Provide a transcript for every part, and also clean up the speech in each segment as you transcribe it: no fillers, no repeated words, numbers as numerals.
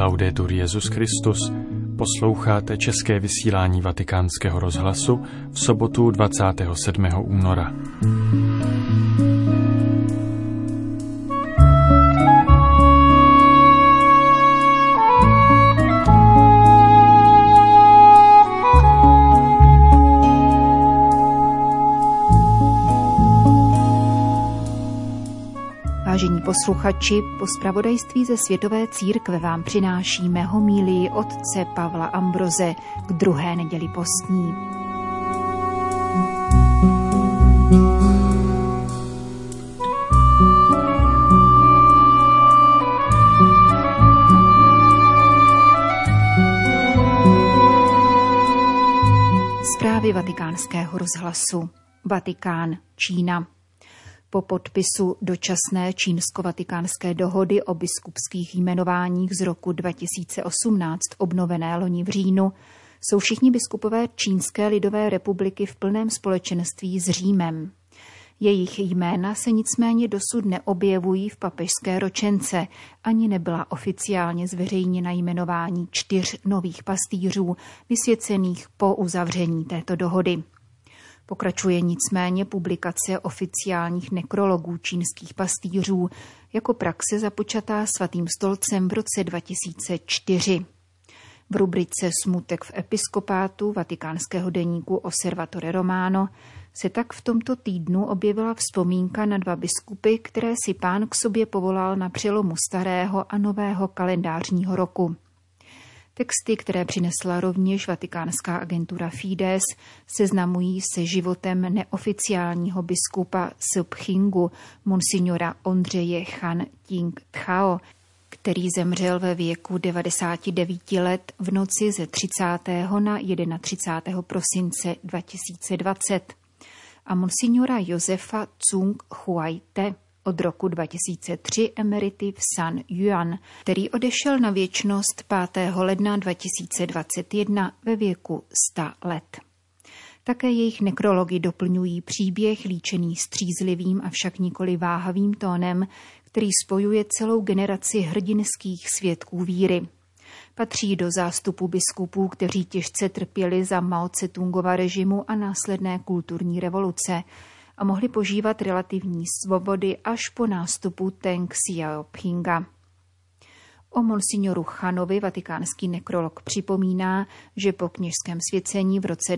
Laudetur Jesus Christus. Posloucháte české vysílání Vatikánského rozhlasu v sobotu 27. února. Vážení posluchači, po zpravodajství ze Světové církve vám přinášíme homílii otce Pavla Ambroze k druhé neděli postní. Zprávy Vatikánského rozhlasu. Vatikán, Čína. Po podpisu dočasné čínsko-vatikánské dohody o biskupských jmenováních z roku 2018, obnovené loni v říjnu, jsou všichni biskupové Čínské lidové republiky v plném společenství s Římem. Jejich jména se nicméně dosud neobjevují v papežské ročence, ani nebyla oficiálně zveřejněna jmenování 4 nových pastýřů, vysvěcených po uzavření této dohody. Pokračuje nicméně publikace oficiálních nekrologů čínských pastýřů jako praxe započatá Svatým stolcem v roce 2004. V rubrice Smutek v episkopátu vatikánského deníku Osservatore Romano se tak v tomto týdnu objevila vzpomínka na 2 biskupy, které si Pán k sobě povolal na přelomu starého a nového kalendářního roku. Texty, které přinesla rovněž vatikánská agentura Fides, seznamují se životem neoficiálního biskupa Silpchingu, monsignora Ondřeje Chan Ting Thao, který zemřel ve věku 99 let v noci ze 30. na 31. prosince 2020, a monsignora Josefa Tsung Huaite, od roku 2003 emerity v San Juan, který odešel na věčnost 5. ledna 2021 ve věku 100 let. Také jejich nekrology doplňují příběh líčený střízlivým, avšak nikoli váhavým tónem, který spojuje celou generaci hrdinských svědků víry. Patří do zástupu biskupů, kteří těžce trpěli za Mao Tse-tungova režimu a následné kulturní revoluce a mohli požívat relativní svobody až po nástupu Teng Xiaopinga. O monsignoru Chanovi vatikánský nekrolog připomíná, že po kněžském svěcení v roce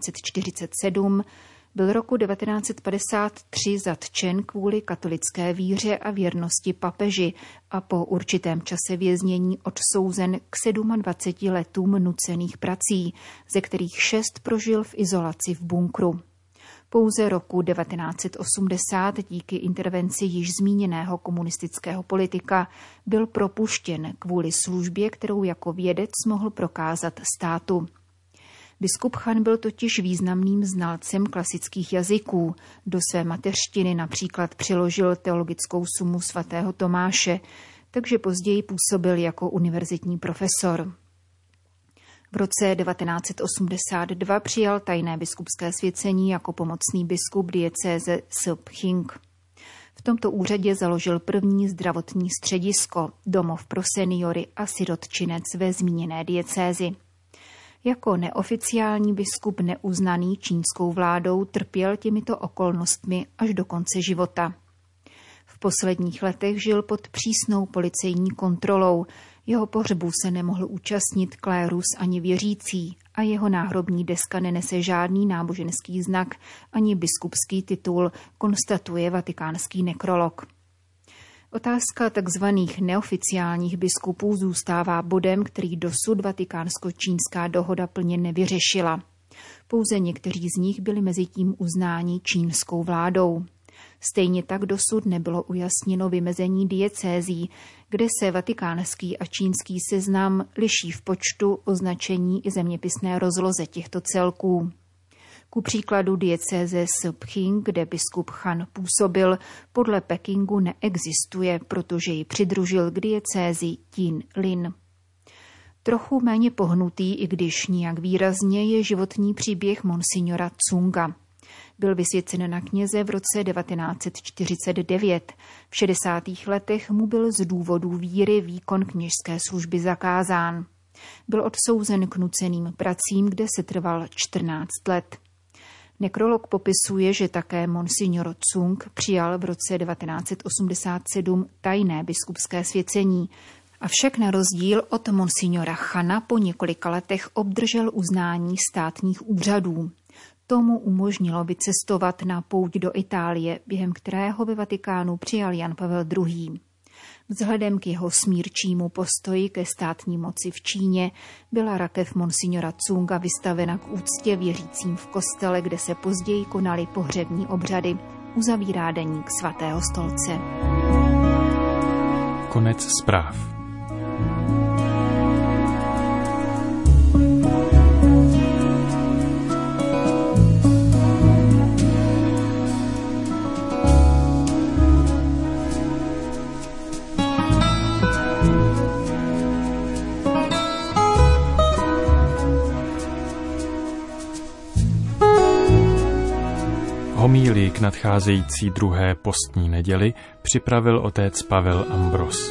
1947 byl roku 1953 zatčen kvůli katolické víře a věrnosti papeži a po určitém čase věznění odsouzen k 27 letům nucených prací, ze kterých 6 prožil v izolaci v bunkru. Pouze roku 1980 díky intervenci již zmíněného komunistického politika byl propuštěn kvůli službě, kterou jako vědec mohl prokázat státu. Biskup Chan byl totiž významným znalcem klasických jazyků. Do své mateřštiny například přeložil teologickou sumu svatého Tomáše, takže později působil jako univerzitní profesor. V roce 1982 přijal tajné biskupské svěcení jako pomocný biskup diecéze Silpching. V tomto úřadě založil první zdravotní středisko, domov pro seniory a sirotčinec ve zmíněné diecézi. Jako neoficiální biskup neuznaný čínskou vládou trpěl těmito okolnostmi až do konce života. V posledních letech žil pod přísnou policejní kontrolou, jeho pohřbu se nemohl účastnit klérus ani věřící a jeho náhrobní deska nenese žádný náboženský znak ani biskupský titul, konstatuje vatikánský nekrolog. Otázka tzv. Neoficiálních biskupů zůstává bodem, který dosud vatikánsko-čínská dohoda plně nevyřešila. Pouze někteří z nich byli mezitím uznáni čínskou vládou. Stejně tak dosud nebylo ujasněno vymezení diecézí, kde se vatikánský a čínský seznam liší v počtu, označení i zeměpisné rozloze těchto celků. Ku příkladu diecéze Silpching, kde biskup Chan působil, podle Pekingu neexistuje, protože ji přidružil k diecézi Tin-Lin. Trochu méně pohnutý, i když nijak výrazně, je životní příběh monsignora Tsunga. Byl vysvěcen na kněze v roce 1949. V 60. letech mu byl z důvodu víry výkon kněžské služby zakázán. Byl odsouzen k nuceným pracím, kde se trval 14 let. Nekrolog popisuje, že také monsignor Cung přijal v roce 1987 tajné biskupské svěcení, avšak na rozdíl od monsignora Chana po několika letech obdržel uznání státních úřadů. Tomu umožnilo vycestovat na pouť do Itálie, během kterého ve Vatikánu přijal Jan Pavel II. Vzhledem k jeho smírčímu postoji ke státní moci v Číně byla rakev monsignora Cunga vystavena k úctě věřícím v kostele, kde se později konaly pohřební obřady, uzavírá deník Svatého stolce. Konec zpráv. Homílii k nadcházející druhé postní neděli připravil otec Pavel Ambros.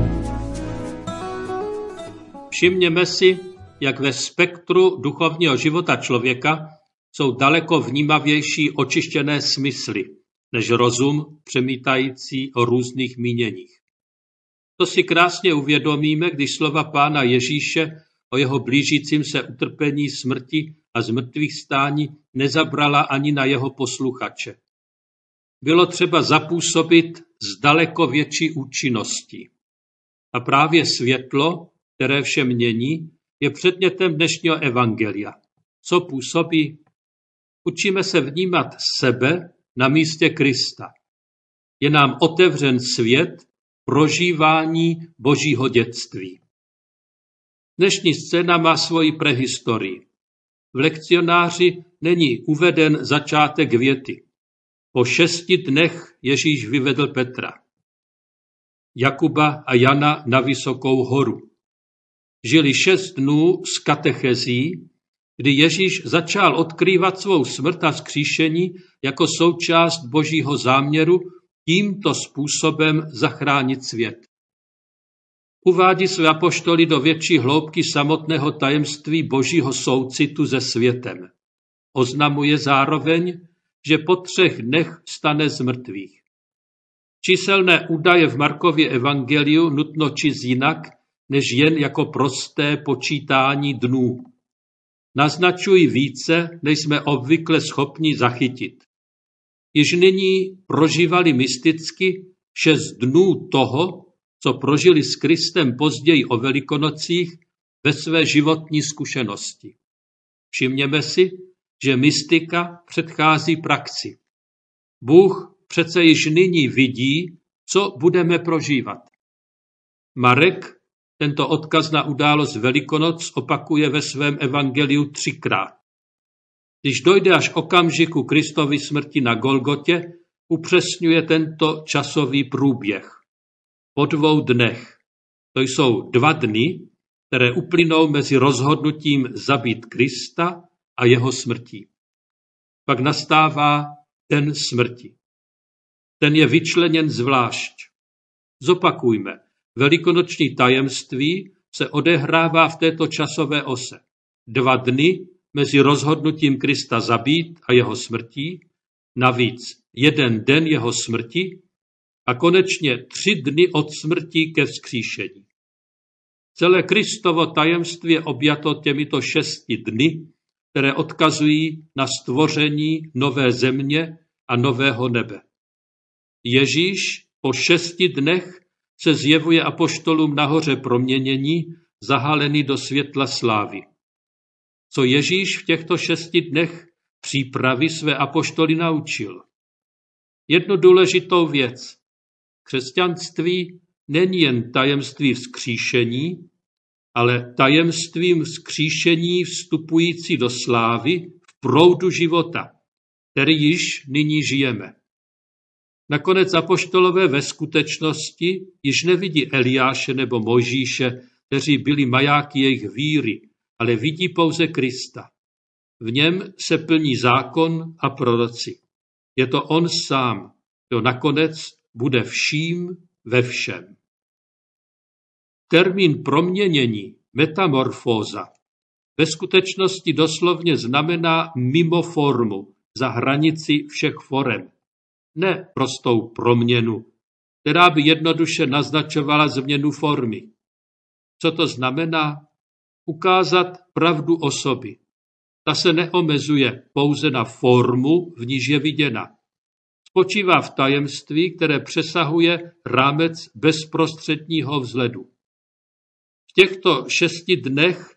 Všimněme si, jak ve spektru duchovního života člověka jsou daleko vnímavější očištěné smysly, než rozum přemítající o různých míněních. To si krásně uvědomíme, když slova Pána Ježíše o jeho blížícím se utrpení, smrti a zmrtvých stání nezabrala ani na jeho posluchače. Bylo třeba zapůsobit s daleko větší účinností. A právě světlo, které vše mění, je předmětem dnešního evangelia. Co působí? Učíme se vnímat sebe na místě Krista. Je nám otevřen svět prožívání Božího dětství. Dnešní scéna má svoji prehistorii. V lekcionáři není uveden začátek věty. Po 6 dnech Ježíš vyvedl Petra, Jakuba a Jana na vysokou horu. Žili 6 dnů s katechezí, kdy Ježíš začal odkrývat svou smrt a vzkříšení jako součást Božího záměru tímto způsobem zachránit svět. Uvádí své apoštoly do větší hloubky samotného tajemství Božího soucitu se světem. Oznamuje zároveň, že po 3 dnech stane z mrtvých. Číselné údaje v Markově evangeliu nutno číst jinak, než jen jako prosté počítání dnů. Naznačují více, než jsme obvykle schopni zachytit. Již nyní prožívali mysticky 6 dnů toho, co prožili s Kristem později o Velikonocích ve své životní zkušenosti. Všimněme si, že mystika předchází praxi. Bůh přece již nyní vidí, co budeme prožívat. Marek tento odkaz na událost Velikonoc opakuje ve svém evangeliu 3krát. Když dojde až okamžiku Kristovy smrti na Golgotě, upřesňuje tento časový průběh. Po 2 dnech. To jsou 2 dny, které uplynou mezi rozhodnutím zabít Krista a jeho smrtí. Pak nastává den smrti. Ten je vyčleněn zvlášť. Zopakujme, velikonoční tajemství se odehrává v této časové ose. 2 dny mezi rozhodnutím Krista zabít a jeho smrtí, navíc 1 den jeho smrti a konečně 3 dny od smrti ke vzkříšení. Celé Kristovo tajemství je objato těmito 6 dny, které odkazují na stvoření nové země a nového nebe. Ježíš po 6 dnech se zjevuje apoštolům na hoře proměnění, zahalený do světla slávy. Co Ježíš v těchto 6 dnech přípravy své apoštoly naučil? Jednu důležitou věc. Křesťanství není jen tajemství vzkříšení, ale tajemstvím vzkříšení vstupující do slávy v proudu života, který již nyní žijeme. Nakonec apoštolové ve skutečnosti již nevidí Eliáše nebo Mojžíše, kteří byli majáky jejich víry, ale vidí pouze Krista. V něm se plní zákon a proroci. Je to on sám, kdo nakonec bude vším ve všem. Termín proměnění, metamorfóza, ve skutečnosti doslovně znamená mimo formu, za hranici všech forem. Ne prostou proměnu, která by jednoduše naznačovala změnu formy. Co to znamená? Ukázat pravdu osoby. Ta se neomezuje pouze na formu, v níž je viděna. Spočívá v tajemství, které přesahuje rámec bezprostředního vzhledu. V těchto 6 dnech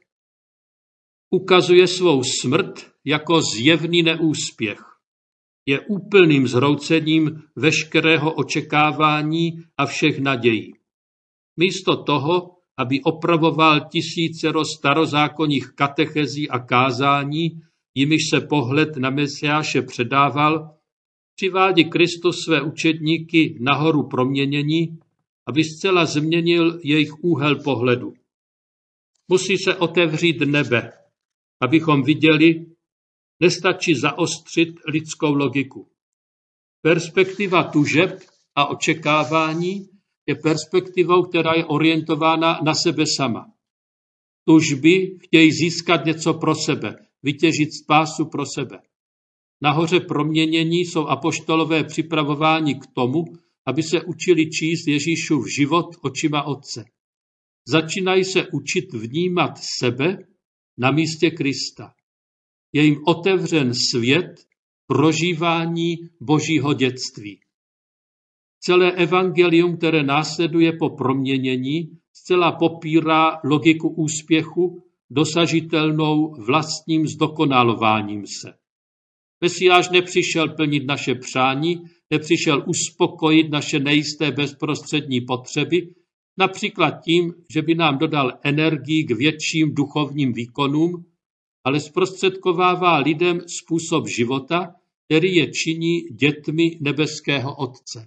ukazuje svou smrt jako zjevný neúspěch. Je úplným zhroucením veškerého očekávání a všech nadějí. Místo toho, aby opravoval tisícero starozákonních katechezí a kázání, jimiž se pohled na Mesiáše předával, přivádí Kristus své učedníky na horu proměnění, aby zcela změnil jejich úhel pohledu. Musí se otevřít nebe, abychom viděli, nestačí zaostřit lidskou logiku. Perspektiva tužeb a očekávání je perspektivou, která je orientována na sebe sama. Tužby chtějí získat něco pro sebe, vytěžit spásu pro sebe. Nahoře proměnění jsou apoštolové připravováni k tomu, aby se učili číst Ježíšův život očima Otce. Začínají se učit vnímat sebe na místě Krista. Je jim otevřen svět prožívání Božího dětství. Celé evangelium, které následuje po proměnění, zcela popírá logiku úspěchu, dosažitelnou vlastním zdokonalováním se. Mesiáš nepřišel plnit naše přání, nepřišel uspokojit naše nejisté bezprostřední potřeby, například tím, že by nám dodal energii k větším duchovním výkonům, ale zprostředkovává lidem způsob života, který je činí dětmi nebeského Otce.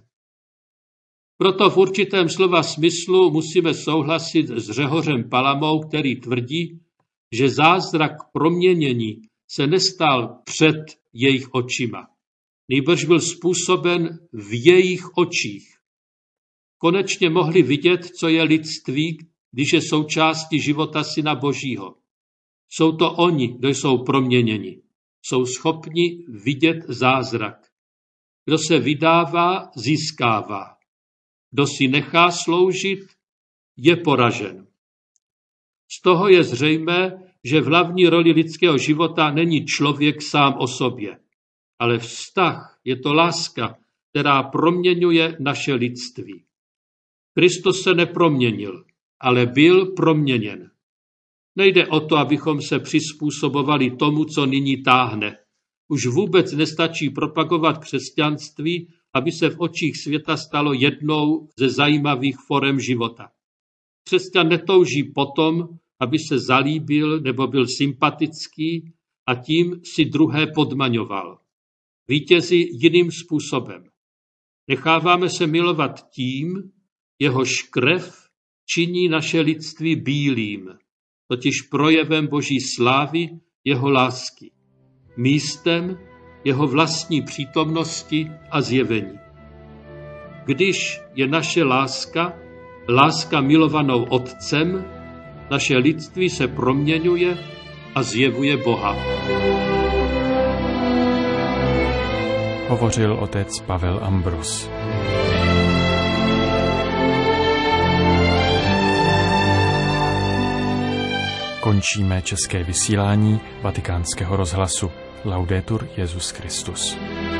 Proto v určitém slova smyslu musíme souhlasit s Řehořem Palamou, který tvrdí, že zázrak proměnění se nestal před jejich očima. Nýbrž byl způsoben v jejich očích. Konečně mohli vidět, co je lidství, když je součástí života Syna Božího. Jsou to oni, kdo jsou proměněni. Jsou schopni vidět zázrak. Kdo se vydává, získává. Kdo si nechá sloužit, je poražen. Z toho je zřejmé, že v hlavní roli lidského života není člověk sám o sobě, ale vztah, je to láska, která proměňuje naše lidství. Kristus se neproměnil, ale byl proměněn. Nejde o to, abychom se přizpůsobovali tomu, co nyní táhne. Už vůbec nestačí propagovat křesťanství, aby se v očích světa stalo jednou ze zajímavých forem života. Křesťan netouží potom, aby se zalíbil nebo byl sympatický a tím si druhé podmaňoval. Vítězí jiným způsobem. Necháváme se milovat tím, jehož krev činí naše lidství bílým, totiž projevem Boží slávy, jeho lásky, místem jeho vlastní přítomnosti a zjevení. Když je naše láska milovanou Otcem, naše lidství se proměňuje a zjevuje Boha. Hovořil otec Pavel Ambros. Končíme české vysílání Vatikánského rozhlasu. Laudetur Jesus Christus.